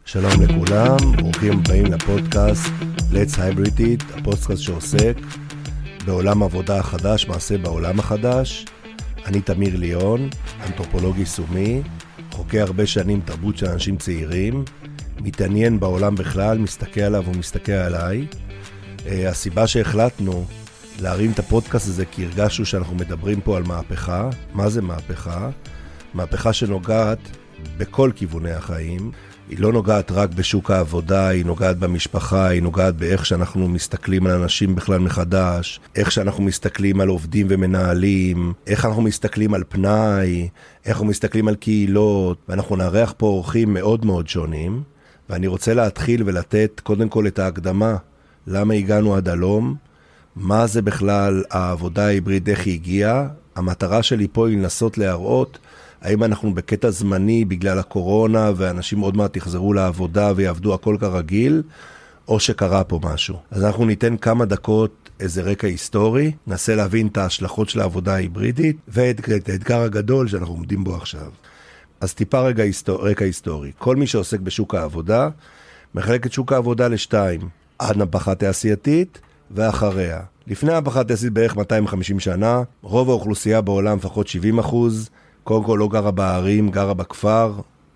שלום לכולם, ברוכים הבאים לפודקאסט Let's Hybrid It, הפודקאסט שעוסק בעולם עבודה החדש, מעשה בעולם החדש. אני תמיר ליאון, אנתרופולוג יישומי, חוקר הרבה שנים תרבות של אנשים צעירים, מתעניין בעולם בכלל, מסתכל עליו ומסתכל עליי. הסיבה שהחלטנו להרים את הפודקאסט הזה כי הרגשנו שאנחנו מדברים פה על מהפכה. מה זה מהפכה? מהפכה שנוגעת בכל כיווני החיים. היא לא נוגעת רק בשוק העבודה, היא נוגעת במשפחה, היא נוגעת באיך שאנחנו מסתכלים על אנשים בכלל מחדש, איך שאנחנו מסתכלים על עובדים ומנהלים, איך אנחנו מסתכלים על פנאי, איך אנחנו מסתכלים על קהילות, ואנחנו נארח פה אורחים מאוד מאוד שונים, ואני רוצה להתחיל ולתת קודם כל את ההקדמה, למה הגענו עד הלום, מה זה בכלל העבודה ההיברידית, איך היא הגיעה, המטרה שלי פה היא לנסות להראות, האם אנחנו בקטע זמני בגלל הקורונה ואנשים עוד מעט יחזרו לעבודה ויעבדו הכל כרגיל, או שקרה פה משהו. אז אנחנו ניתן כמה דקות איזה רקע היסטורי, ננסה להבין את ההשלכות של העבודה ההיברידית, ואת האתגר הגדול שאנחנו עומדים בו עכשיו. אז טיפה רקע היסטורי. כל מי שעוסק בשוק העבודה, מחלק את שוק העבודה לשתיים, עד מהפכה תעשייתית ואחריה. לפני המהפכה התעשייתית בערך 250 שנה, רוב האוכלוסייה בעולם, לפחות 70%, קודם כל לא גרה בערים, גרה בכפר,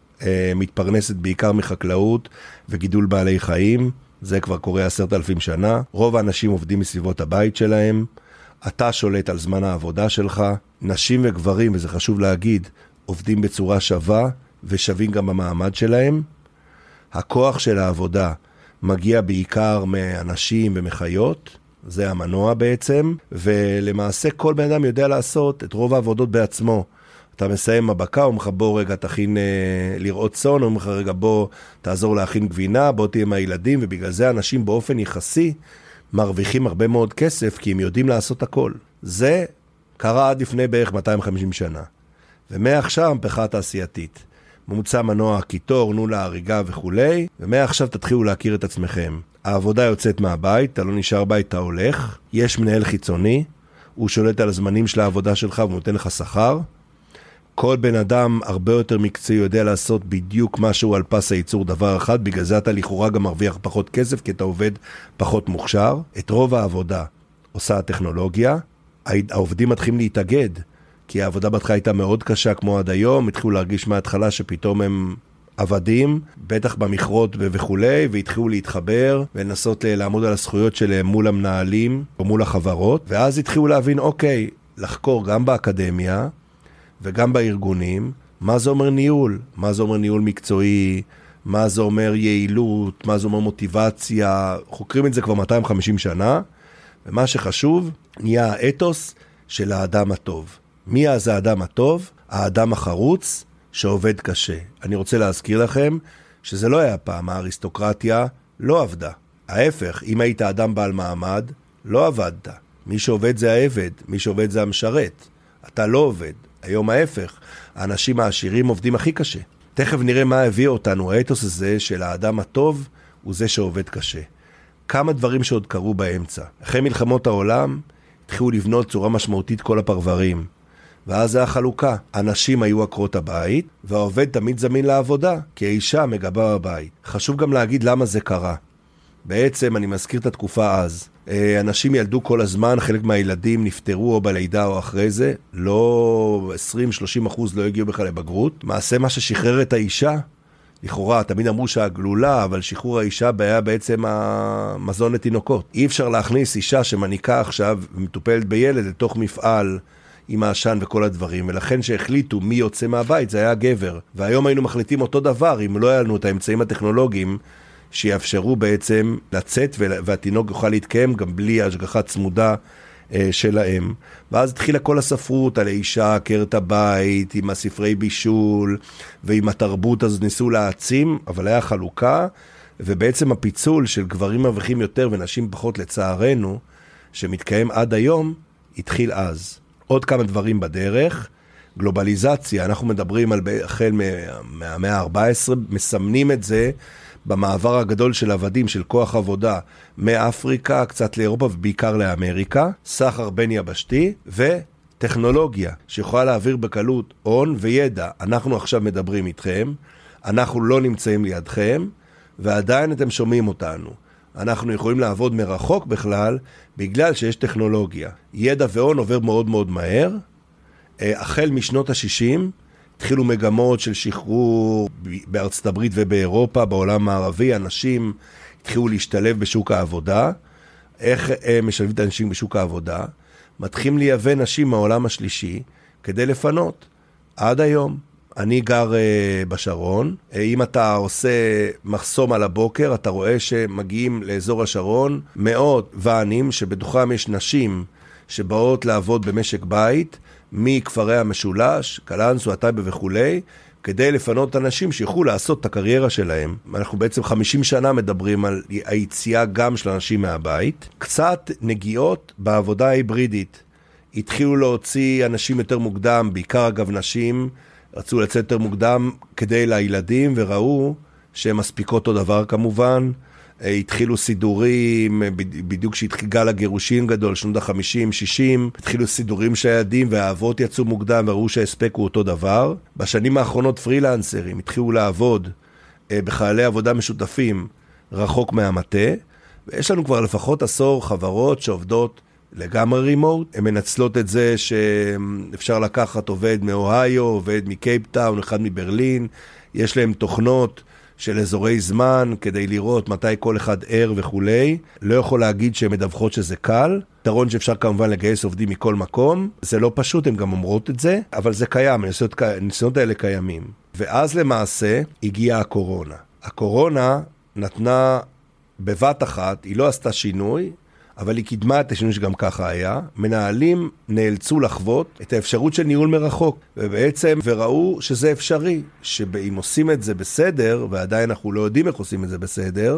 מתפרנסת בעיקר מחקלאות וגידול בעלי חיים, זה כבר קורה 10,000 שנה. רוב האנשים עובדים מסביבות הבית שלהם, אתה שולט על זמן העבודה שלך, נשים וגברים, וזה חשוב להגיד, עובדים בצורה שווה ושווים גם במעמד שלהם. הכוח של העבודה מגיע בעיקר מאנשים ומחיות, זה המנוע בעצם, ולמעשה כל בן אדם יודע לעשות את רוב העבודות בעצמו. אתה מסיים מבקה, אומר לך בוא רגע תכין לראות צאן, אומר לך רגע בוא תעזור להכין גבינה, בוא תהיה עם הילדים, ובגלל זה אנשים באופן יחסי מרוויחים הרבה מאוד כסף, כי הם יודעים לעשות הכל. זה קרה עד לפני בערך 250 שנה. ומעכשיו המהפכה התעשייתית. ממוצע מנוע, קיטור, נולה, הריגה וכו'. ומעכשיו תתחילו להכיר את עצמכם. העבודה יוצאת מהבית, אתה לא נשאר בית, אתה הולך. יש מנהל חיצוני, הוא שולט על הזמנים של העבודה שלך ונותן לך שכר. כל בן אדם הרבה יותר מקצועי יודע לעשות בדיוק משהו על פס הייצור דבר אחד, בגלל זה אתה לכאורה גם מרוויח פחות כסף, כי אתה עובד פחות מוכשר. את רוב העבודה עושה הטכנולוגיה, העובדים מתחילים להתאגד, כי העבודה בהתחלה הייתה מאוד קשה כמו עד היום, התחילו להרגיש מההתחלה שפתאום הם עבדים, בטח במכרות וכולי, והתחילו להתחבר ולנסות לעמוד על הזכויות שלהם מול המנהלים או מול החברות, ואז התחילו להבין, אוקיי, לחקור גם באקדמיה, וגם בארגונים, מה זה אומר ניהול? מה זה אומר ניהול מקצועי? מה זה אומר יעילות? מה זה אומר מוטיבציה? חוקרים את זה כבר 250 שנה, ומה שחשוב, נהיה האתוס של האדם הטוב. מי אז האדם הטוב? האדם החרוץ שעובד קשה. אני רוצה להזכיר לכם שזה לא היה פעם, האריסטוקרטיה לא עבדה. ההפך, אם היית אדם בעל מעמד, לא עבדת. מי שעובד זה העבד, מי שעובד זה המשרת. אתה לא עובד. היום ההפך, האנשים העשירים עובדים הכי קשה. תכף נראה מה הביא אותנו, האתוס הזה של האדם הטוב הוא זה שעובד קשה. כמה דברים שעוד קרו באמצע. אחרי מלחמות העולם, התחילו לבנות צורה משמעותית כל הפרברים. ואז זה החלוקה. אנשים היו עקרות הבית, והעובד תמיד זמין לעבודה, כי האישה מגבה בבית. חשוב גם להגיד למה זה קרה. בעצם אני מזכיר את התקופה אז. אנשים ילדו כל הזמן, חלק מהילדים נפטרו או בלידה או אחרי זה, לא 20-30% לא הגיעו בכלל לבגרות. מעשה מה ששחרר את האישה, לכאורה, תמיד אמרו שהגלולה, אבל שחרור האישה היה בעצם המזון לתינוקות. אי אפשר להכניס אישה שמניקה עכשיו ומטופלת בילד לתוך מפעל עם העשן וכל הדברים, ולכן שהחליטו מי יוצא מהבית זה היה גבר. והיום היינו מחליטים אותו דבר, אם לא היה לנו את האמצעים הטכנולוגיים, שיאפשרו בעצם לצאת והתינוק יוכל להתקיים גם בלי השגחה צמודה שלהם. ואז התחילה כל הספרות על האישה, עקרת הבית, עם הספרי בישול ועם התרבות, אז ניסו להעצים, אבל היה חלוקה, ובעצם הפיצול של גברים מרוויחים יותר ונשים פחות לצערנו, שמתקיים עד היום, התחיל אז. עוד כמה דברים בדרך, גלובליזציה, אנחנו מדברים על החל מהמאה ה-14, מסמנים את זה, במעבר הגדול של עבדים, של כוח עבודה, מאפריקה, קצת לאירופה ובעיקר לאמריקה, סחר בין יבשתי וטכנולוגיה, שיכולה להעביר בקלות הון וידע. אנחנו עכשיו מדברים איתכם, אנחנו לא נמצאים לידכם, ועדיין אתם שומעים אותנו. אנחנו יכולים לעבוד מרחוק בכלל, בגלל שיש טכנולוגיה. ידע והון עובר מאוד מאוד מהר. החל משנות ה-60, התחילו מגמות של שחרור בארצות הברית ובאירופה, בעולם הערבי, אנשים התחילו להשתלב בשוק העבודה. איך משלבים את האנשים בשוק העבודה? מתחילים לייבא נשים מהעולם השלישי כדי לפנות. עד היום. אני גר בשרון. אם אתה עושה מחסום על הבוקר, אתה רואה שמגיעים לאזור השרון מאות ואנים שבתוכם יש נשים שבאות לעבוד במשק בית, מכפרי המשולש, קלנסווה, טייבה וכולי, כדי לפנות אנשים שיוכלו לעשות את הקריירה שלהם. אנחנו בעצם 50 שנה מדברים על היציאה גם של אנשים מהבית. קצת נגיעות בעבודה ההיברידית. התחילו להוציא אנשים יותר מוקדם, בעיקר אגב נשים, רצו לצאת יותר מוקדם כדי לילדים, וראו שהם מספיקות אותו דבר כמובן. התחילו סידורים, בדיוק שהתחיל גל הגירושים גדול, שנות ה-50, 60, התחילו סידורים שהילדים והאבות יצאו מוקדם וראו שהספקו אותו דבר. בשנים האחרונות פרילנסרים התחילו לעבוד בחיילי עבודה משותפים רחוק מהמטה, ויש לנו כבר לפחות 10 חברות שעובדות לגמרי רימוט. הן מנצלות את זה שאפשר לקחת עובד מאוהיו, עובד מקייפטאון, אחד מברלין, יש להם תוכנות של אזורי זמן, כדי לראות מתי כל אחד ער וכולי. לא יכול להגיד שהן מדווחות שזה קל. יתרון שאפשר כמובן לגייס עובדים מכל מקום. זה לא פשוט, הן גם אומרות את זה, אבל זה קיים, הניסיונות האלה קיימים. ואז למעשה הגיעה הקורונה. הקורונה נתנה בבת אחת, היא לא עשתה שינוי, אבל היא קידמה את השינוי שגם ככה היה. מנהלים נאלצו לחוות את האפשרות של ניהול מרחוק, ובעצם וראו שזה אפשרי, שאם עושים את זה בסדר, ועדיין אנחנו לא יודעים איך עושים את זה בסדר,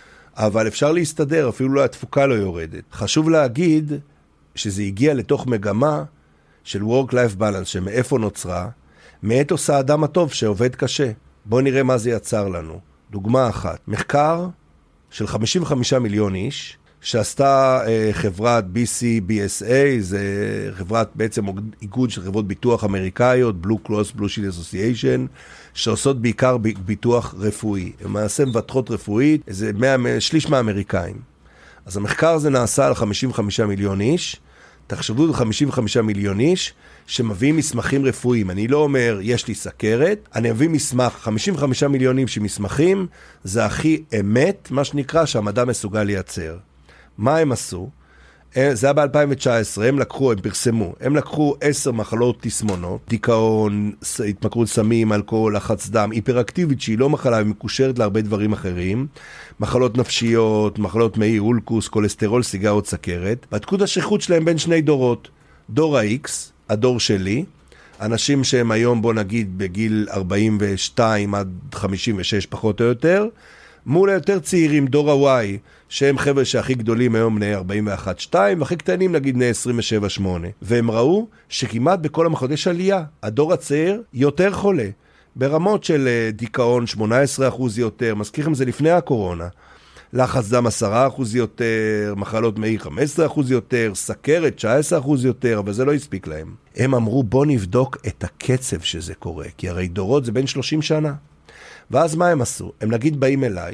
אבל אפשר להסתדר, אפילו לא התפוקה לא יורדת. חשוב להגיד שזה הגיע לתוך מגמה של work-life balance, שמאיפה נוצרה, מאתוס האדם הטוב שעובד קשה. בואו נראה מה זה יצר לנו. דוגמה אחת, מחקר של 55 מיליון איש, שעשתה חברת BCBSA, זה חברת בעצם איגוד של חברות ביטוח אמריקאיות, Blue Cross Blue Shield Association, שעושות בעיקר ביטוח רפואי. הן מעשה מבטחות רפואית, זה שליש מהאמריקאים. אז המחקר הזה נעשה על 55 מיליון איש, תחשבו על 55 מיליון איש, שמביאים מסמכים רפואיים. אני לא אומר, יש לי סכרת, אני מביא מסמך, 55 מיליונים שמסמכים, זה הכי אמת, מה שנקרא, שהמדע מסוגל לייצר. מה הם עשו? זה היה ב-2019, הם פרסמו, הם לקחו 10 מחלות תסמונות, דיכאון, התמכרות סמים, אלכוהול, לחץ דם, היפראקטיבית שהיא לא מחלה, היא מקושרת להרבה דברים אחרים, מחלות נפשיות, מחלות מעי, אולקוס, כולסטרול, סיגרות, סכרת, בדקו את השכיחות שלהם בין 2 דורות, דור ה-X, הדור שלי, אנשים שהם היום בוא נגיד בגיל 42 עד 56 פחות או יותר, מול היותר צעירים, דור ה-Y, שהם חבר'ה שהכי גדולים היום בני 41-2, והכי קטנים נגיד בני 27-8. והם ראו שכמעט בכל המחלות יש עלייה. הדור הצעיר יותר חולה, ברמות של דיכאון 18% יותר, מזכירים זה לפני הקורונה. לחץ דם 10% יותר, מחלות מעי 15% יותר, סכרת 19% יותר, אבל זה לא הספיק להם. הם אמרו בוא נבדוק את הקצב שזה קורה, כי הרי דורות זה בין 30 שנה. ואז מה הם עשו? הם נגיד באים אליי,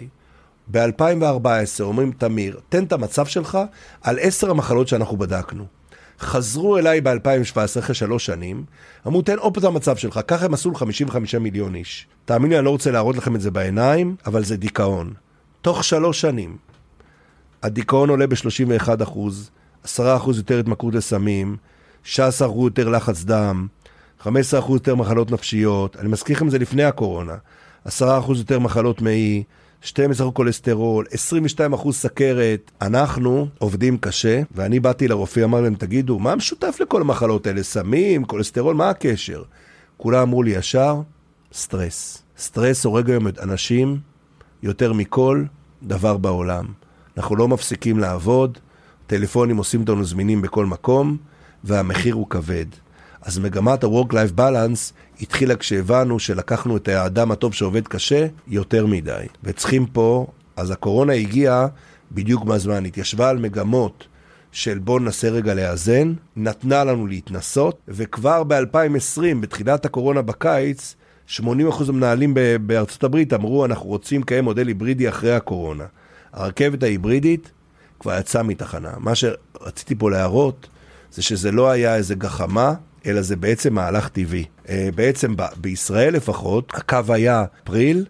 ב-2014 אומרים, תמיר, תן את המצב שלך על 10 המחלות שאנחנו בדקנו. חזרו אליי ב-2017, אחרי 3 שנים, אמרו, תן עוד את המצב שלך, ככה הם עשו 55 מיליון איש. תאמין לי, אני לא רוצה להראות לכם את זה בעיניים, אבל זה דיכאון. תוך 3 שנים, הדיכאון עולה ב-31%, 10% יותר התמכרות לסמים, 16% יותר לחץ דם, 15% יותר מחלות נפשיות, אני מזכיר לכם את זה לפני הקורונה, 10% יותר מחלות מעי, 12% כולסטרול, 22% סכרת. אנחנו עובדים קשה, ואני באתי לרופא, אמר להם, תגידו, מה משותף לכל המחלות האלה? סמים, כולסטרול, מה הקשר? כולם אמרו לי ישר, סטרס. סטרס הורג היום את אנשים יותר מכל דבר בעולם. אנחנו לא מפסיקים לעבוד, טלפונים עושים אותנו זמינים בכל מקום, והמחיר הוא כבד. אז מגמת ה-work-life balance התחילה כשהבנו שלקחנו את האדם הטוב שעובד קשה יותר מדי. וצריכים פה, אז הקורונה הגיעה בדיוק מהזמן, התיישבה על מגמות של בוא ננסה רגע לאזן, נתנה לנו להתנסות, וכבר ב-2020, בתחילת הקורונה בקיץ, 80% המנהלים בארצות הברית אמרו, אנחנו רוצים לקיים מודל היברידי אחרי הקורונה. הרכבת ההיברידית כבר יצאה מתחנה. מה שרציתי פה להראות, זה שזה לא היה איזה גחמה, אלא זה בעצם מהלך טבעי. בעצם בישראל לפחות, הקו היה אפריל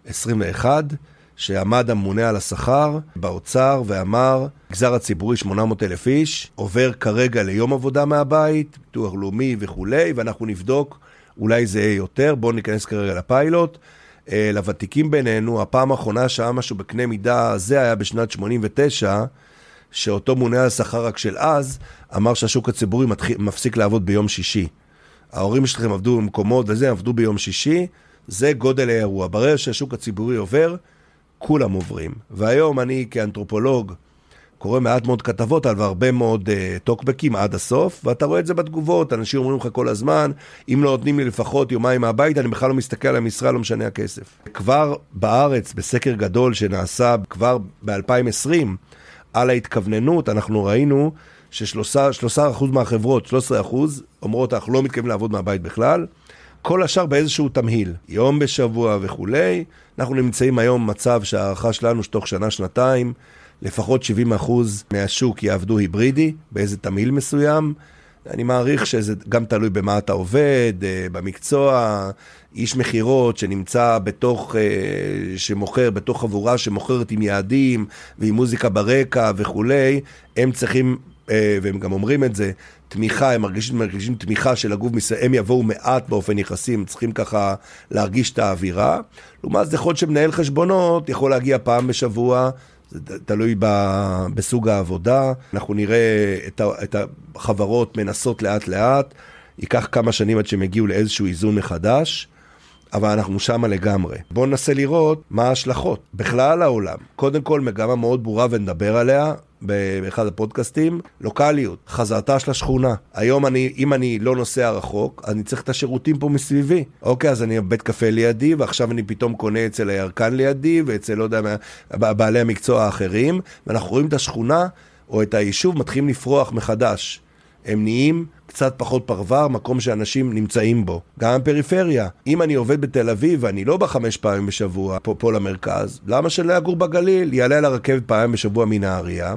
21, שעמד הממונה על השכר באוצר ואמר, מגזר הציבורי 800,000 איש, עובר כרגע ליום עבודה מהבית, ביטוח לאומי וכולי, ואנחנו נבדוק, אולי זה יהיה יותר, בואו ניכנס כרגע לפיילוט. לוותיקים בינינו, הפעם האחרונה שהיה משהו בקנה מידה, זה היה בשנת 89, שאותו מונה על השכר רק של אז, אמר שהשוק הציבורי מפסיק לעבוד ביום שישי. ההורים שלכם עבדו במקומות וזה, עבדו ביום שישי, זה גודל האירוע. ברגע שהשוק הציבורי עובר, כולם עוברים. והיום אני כאנתרופולוג קורא מעט מאוד כתבות על והרבה מאוד טוקבקים עד הסוף, ואתה רואה את זה בתגובות, אנשים אומרים לך כל הזמן, אם לא נותנים לי לפחות יומיים מהבית, אני בכלל לא מסתכל על המשרה, לא משנה הכסף. כבר בארץ, בסקר גדול שנעשה כבר ב-2020, על ההתכווננות, אנחנו ראינו ש3% מהחברות, 13% אומרות, אנחנו לא מתכוונים לעבוד מהבית בכלל, כל השאר באיזשהו תמהיל, יום בשבוע וכולי. אנחנו נמצאים היום במצב שהערכה שלנו שתוך שנה, שנתיים, לפחות 70% מהשוק יעבדו היברידי, באיזה תמהיל מסוים. אני מעריך שזה גם תלוי במה אתה עובד, במקצוע, איש מחירות שנמצא בתוך, שמוכר, בתוך חבורה שמוכרת עם יעדים, ועם מוזיקה ברקע וכולי, הם צריכים, והם גם אומרים את זה, תמיכה, הם מרגישים תמיכה של הגוף, הם יבואו מעט באופן יחסי, הם צריכים ככה להרגיש את האווירה. לעומת זה יכול שמנהל חשבונות יכול להגיע פעם בשבוע, זה תלוי בסוג העבודה. אנחנו נראה את החברות מנסות לאט לאט, ייקח כמה שנים עד שהם הגיעו לאיזשהו איזון מחדש, אבל אנחנו שמה לגמרי. בואו ננסה לראות מה ההשלכות בכלל העולם. קודם כל מגמה מאוד ברורה ונדבר עליה באחד הפודקאסטים, לוקליות, חזרתה של השכונה. היום אם אני לא נוסע רחוק, אני צריך את השירותים פה מסביבי. אוקיי, אז אני בית קפה לידי, ועכשיו אני פתאום קונה אצל הירקן לידי, ואצל, לא יודע, בעלי המקצוע האחרים, ואנחנו רואים את השכונה, או את היישוב, מתחילים לפרוח מחדש. הם נהיים קצת פחות פרבר, מקום שאנשים נמצאים בו. גם בפריפריה. אם אני עובד בתל אביב, ואני לא 5 פעמים בשבוע פה למרכז, למה שלא יגור בגליל? יעלה על הרכבת פעמים בשבוע מנהריה,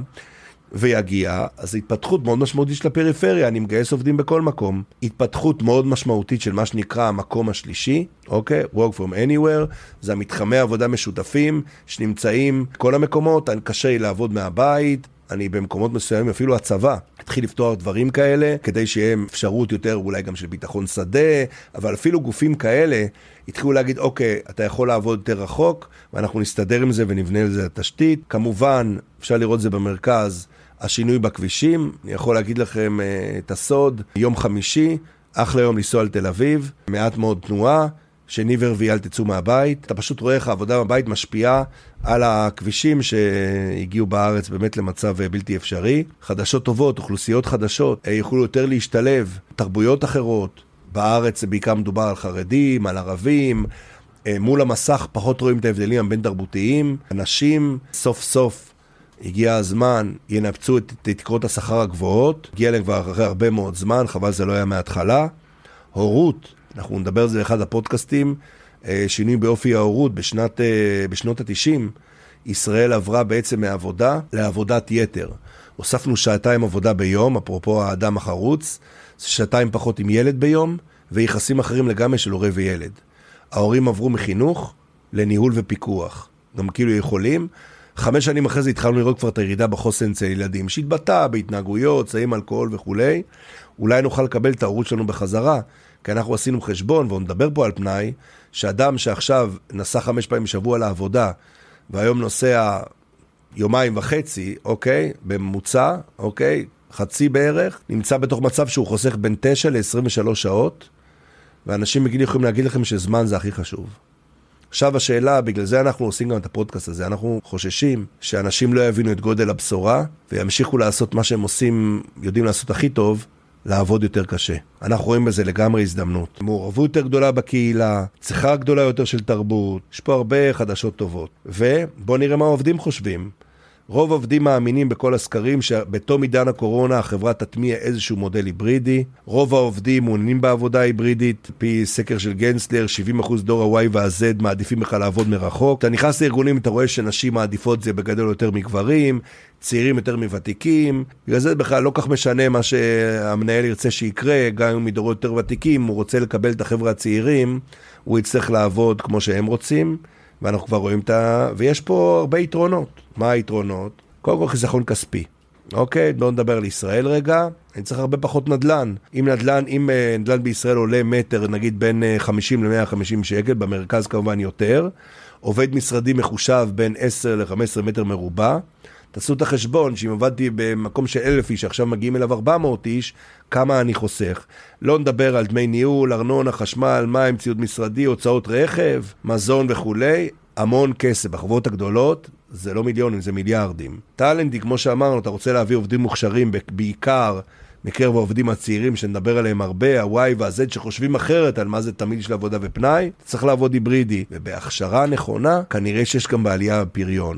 ויגיע, אז התפתחות מאוד משמעותית של הפריפריה, אני מגייס עובדים בכל מקום. התפתחות מאוד משמעותית של מה שנקרא המקום השלישי, אוקיי? Work from anywhere, זה המתחמי עבודה משותפים, שנמצאים כל המקומות, קשה לי לעבוד מהבית, אני במקומות מסוימים, אפילו הצבא, התחיל לפתוח דברים כאלה, כדי שיהיה אפשרות יותר אולי גם של ביטחון שדה, אבל אפילו גופים כאלה, התחילו להגיד, אוקיי, אתה יכול לעבוד יותר רחוק, ואנחנו נסתדר עם זה ונבנה לזה התשתית. כמובן, אפשר לראות זה במרכז, השינוי בכבישים, אני יכול להגיד לכם את הסוד, יום חמישי, אחלה יום לנסוע על תל אביב, מעט מאוד תנועה, שני ורביעי אל תצאו מהבית, אתה פשוט רואה איך העבודה מהבית משפיעה על הכבישים שהגיעו בארץ באמת למצב בלתי אפשרי. חדשות טובות, אוכלוסיות חדשות, יוכלו יותר להשתלב, תרבויות אחרות. בארץ בעיקר מדובר על חרדים, על ערבים, מול המסך פחות רואים את ההבדלים בין תרבותיים. אנשים סוף סוף הגיע הזמן, ינפצו את תקרות השכר הגבוהות, הגיע להם כבר אחרי הרבה מאוד זמן, חבל זה לא היה מההתחלה. הורות, אנחנו נדבר על זה באחד הפודקאסטים, שינוי באופי ההורות, בשנות ה-90, ישראל עברה בעצם מעבודה לעבודת יתר. הוספנו 2 עבודה ביום, אפרופו האדם החרוץ, 2 פחות עם ילד ביום, ויחסים אחרים לגמרי של הורה וילד. ההורים עברו מחינוך לניהול ופיקוח. גם כאילו יכולים. 5 שנים אחרי זה התחלנו לראות כבר את הירידה בחוסן אצל ילדים, שהתבטא בהתנהגויות, סיים אלכוהול וכולי. אולי נוכל לקבל את ההורות שלנו בחזרה, כי אנחנו עשינו חשבון, ונדבר פה על פנאי, שאדם שעכשיו נסע 5 פעמים בשבוע לעבודה, והיום נוסע 1.5 ימים, אוקיי, בממוצע, אוקיי, חצי בערך, נמצא בתוך מצב שהוא חוסך בין 9 ל-23 שעות, ואנשים בגיל יכולים להגיד לכם שזמן זה הכי חשוב. עכשיו השאלה, בגלל זה אנחנו עושים גם את הפודקאסט הזה, אנחנו חוששים שאנשים לא יבינו את גודל הבשורה, וימשיכו לעשות מה שהם עושים, יודעים לעשות הכי טוב, לעבוד יותר קשה. אנחנו רואים בזה לגמרי הזדמנות. מעורבות יותר גדולה בקהילה, צריכה גדולה יותר של תרבות, יש פה הרבה חדשות טובות. ובוא נראה מה העובדים חושבים. רוב העובדים מאמינים בכל הסקרים שבתום עידן הקורונה החברה תטמיע איזשהו מודל היברידי. רוב העובדים מעוניינים בעבודה היברידית. פי סקר של גנסלר, 70% דור ה-Y וה-Z מעדיפים בכלל לעבוד מרחוק. אתה נכנס לארגונים, אתה רואה שנשים מעדיפות זה בגדול יותר מגברים, צעירים יותר מוותיקים. בגלל זה בכלל לא כך משנה מה שהמנהל ירצה שיקרה, גם אם מדורות יותר ותיקים, הוא רוצה לקבל את החברה הצעירים, הוא יצטרך לעבוד כמו שהם רוצים. ואנחנו כבר רואים ויש פה הרבה יתרונות. מה היתרונות? קודם כל חיסכון כספי. אוקיי, בואו נדבר על ישראל רגע. אני צריך הרבה פחות נדל"ן. אם נדל"ן בישראל עולה מטר, נגיד בין 50 ל-150 שקל, במרכז כמובן יותר. עובד משרדי מחושב בין 10 ל-15 מטר מרובע. תעשו את החשבון, שאם עבדתי במקום של 1,000 איש, עכשיו מגיעים אליו 400 איש, כמה אני חוסך. לא נדבר על דמי ניהול, ארנונה, חשמל, מים, ציוד משרדי, הוצאות רכב, מזון וכו'. המון כסף. בחברות הגדולות זה לא מיליונים, זה מיליארדים. טלנטי, כמו שאמרנו, אתה רוצה להביא עובדים מוכשרים, בעיקר מקרב העובדים הצעירים שנדבר עליהם הרבה, ה-Y וה-Z שחושבים אחרת על מה זה תמיד של עבודה ופנאי, צריך לעבוד היברידי. ובהכשרה נכונה, כנראה שיש גם בעלייה בפריון.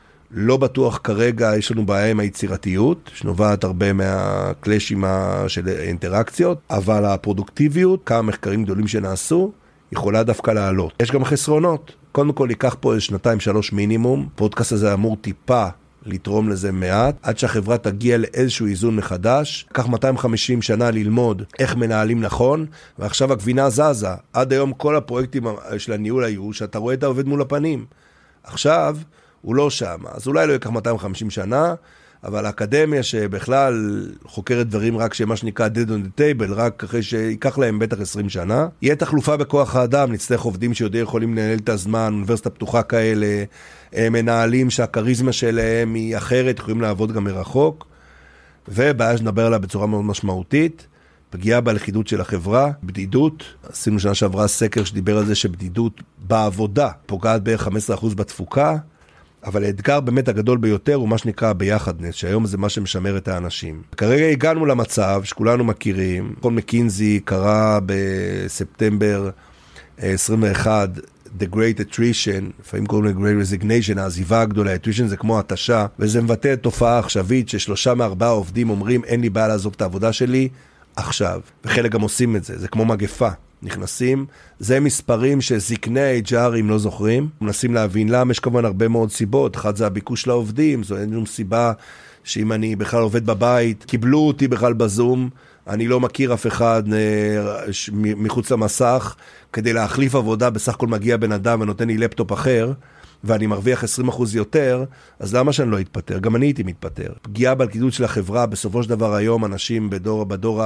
לא בטוח כרגע, יש לנו בעיה עם היצירתיות, שנובעת הרבה מהקלאשים של אינטראקציות, אבל הפרודוקטיביות, כמה מחקרים גדולים שנעשו, יכולה דווקא לעלות. יש גם חסרונות. קודם כל, ייקח פה 2-3 מינימום. פודקאסט הזה אמור טיפה לתרום לזה מעט, עד שהחברה תגיע לאיזשהו איזון מחדש. קח 250 שנה ללמוד איך מנהלים נכון, ועכשיו הגבינה זזה. עד היום כל הפרויקטים של הניהול היו, שאתה רואה את העובד מול הפנים. עכשיו, הוא לא שם. אז אולי לא ייקח 250 שנה, אבל האקדמיה שבכלל חוקרת דברים רק שמה שנקרא dead on the table, רק אחרי שיקח להם בטח 20 שנה. יהיה תחלופה בכוח האדם, נצטרך עובדים שיודעים יכולים לנהל את הזמן, אוניברסיטה פתוחה כאלה, מנהלים שהקריזמה שלהם היא אחרת, יכולים לעבוד גם מרחוק, ובעיה שנדבר עליה בצורה מאוד משמעותית, פגיעה בלכידות של החברה, בדידות. עשינו שנה שעברה סקר שדיבר על זה שבדידות בעבודה פוגעת בערך 15% בתפוקה, אבל האתגר באמת הגדול ביותר הוא מה שנקרא ביחדנס, שהיום זה מה שמשמר את האנשים. כרגע הגענו למצב שכולנו מכירים, כל מקינזי קרא בספטמבר 21, The Great Attrition, לפעמים קוראים ל Great Resignation, העזיבה הגדולה, Attrition זה כמו התשה, וזה מבטא תופעה עכשווית ש3 מ-4 עובדים אומרים, אין לי בעיה לעזוב את העבודה שלי עכשיו, וחלק גם עושים את זה, זה כמו מגפה. נכנסים, זה מספרים שזקני ה-HRים לא זוכרים, מנסים להבין למה, יש כמובן הרבה מאוד סיבות, אחד זה הביקוש לעובדים, זו אין שום סיבה שאם אני בכלל עובד בבית, קיבלו אותי בכלל בזום, אני לא מכיר אף אחד מחוץ למסך, כדי להחליף עבודה, בסך הכל מגיע בן אדם ונותן לי לפטופ אחר, ואני מרוויח 20% יותר, אז למה שאני לא אתפטר? גם אני הייתי מתפטר. פגיעה בלכידות של החברה, בסופו של דבר היום אנשים בדור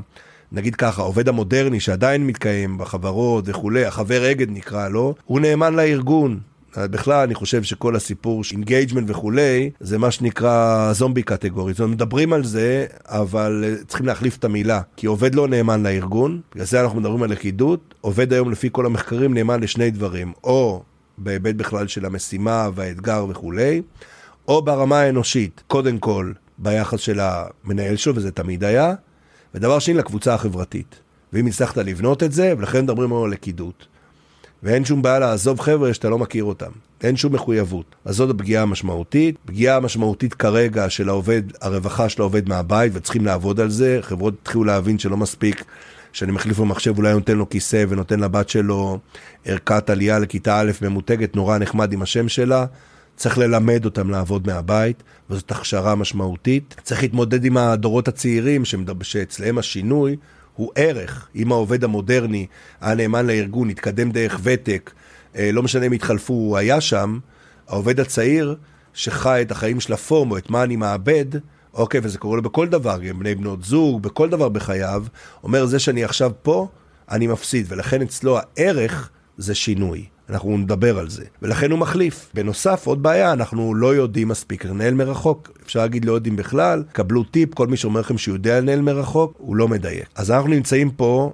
נגיד ככה, העובד המודרני שעדיין מתקיים בחברות וכולי, החבר אגד נקרא לו, הוא נאמן לארגון. בכלל אני חושב שכל הסיפור של אינגייג'מנט וכולי, זה מה שנקרא זומבי קטגורי. זאת אומרת, מדברים על זה, אבל צריכים להחליף את המילה, כי עובד לא נאמן לארגון, בגלל זה אנחנו מדברים על לכידות, עובד היום לפי כל המחקרים נאמן לשני דברים, או בהיבט בכלל של המשימה והאתגר וכולי, או ברמה האנושית, קודם כל ביחס של המנהל שלו, וזה תמיד היה, ודבר שני, לקבוצה החברתית. ואם הצלחת לבנות את זה, ולכן מדברים על לכידות. ואין שום בעיה לעזוב חבר'ה שאתה לא מכיר אותם. אין שום מחויבות. אז זאת הפגיעה המשמעותית. פגיעה המשמעותית כרגע של העובד, הרווחה של העובד מהבית, וצריכים לעבוד על זה. חברות התחילו להבין שלא מספיק, שאני מחליף במחשב, אולי נותן לו כיסא, ונותן לבת שלו ערכת עלייה לכיתה א' ממותגת, נורא נחמד עם השם שלה. צריך ללמד אותם לעבוד מהבית, וזאת הכשרה משמעותית. צריך להתמודד עם הדורות הצעירים, שאצלהם השינוי הוא ערך. אם העובד המודרני, הנאמן לארגון, התקדם דרך ותק, לא משנה אם התחלפו, הוא היה שם, העובד הצעיר שחי את החיים של הפורם, או את מה אני מאבד, אוקיי, וזה קורה לו בכל דבר, גם בני בנות זוג, בכל דבר בחייו, אומר זה שאני עכשיו פה, אני מפסיד, ולכן אצלו הערך זה שינוי. אנחנו נדבר על זה. ולכן הוא מחליף. בנוסף, עוד בעיה, אנחנו לא יודעים מספיק לנהל מרחוק. אפשר להגיד לא יודעים בכלל, קבלו טיפ, כל מי שאומר לכם שיודע לנהל מרחוק, הוא לא מדייק. אז אנחנו נמצאים פה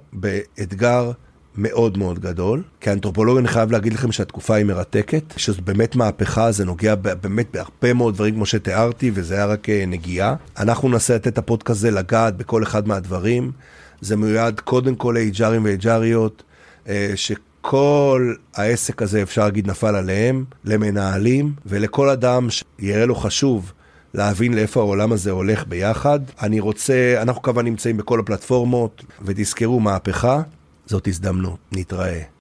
באתגר מאוד מאוד גדול, כאנתרופולוג אני חייב להגיד לכם שהתקופה היא מרתקת, שזו באמת מהפכה, זה נוגע באמת בהרבה מאוד דברים כמו שתיארתי, וזה היה רק נגיעה. אנחנו ננסה לתת את הפודקאסט הזה לגעת בכל אחד מהדברים. זה מיועד קודם כל ל-HRים ו-HRיות, כל העסק הזה, אפשר להגיד, נפל עליהם, למנהלים, ולכל אדם שיראה לו חשוב להבין לאיפה העולם הזה הולך ביחד. אנחנו כמובן נמצאים בכל הפלטפורמות, ותזכרו, מהפכה, זאת הזדמנות. נתראה.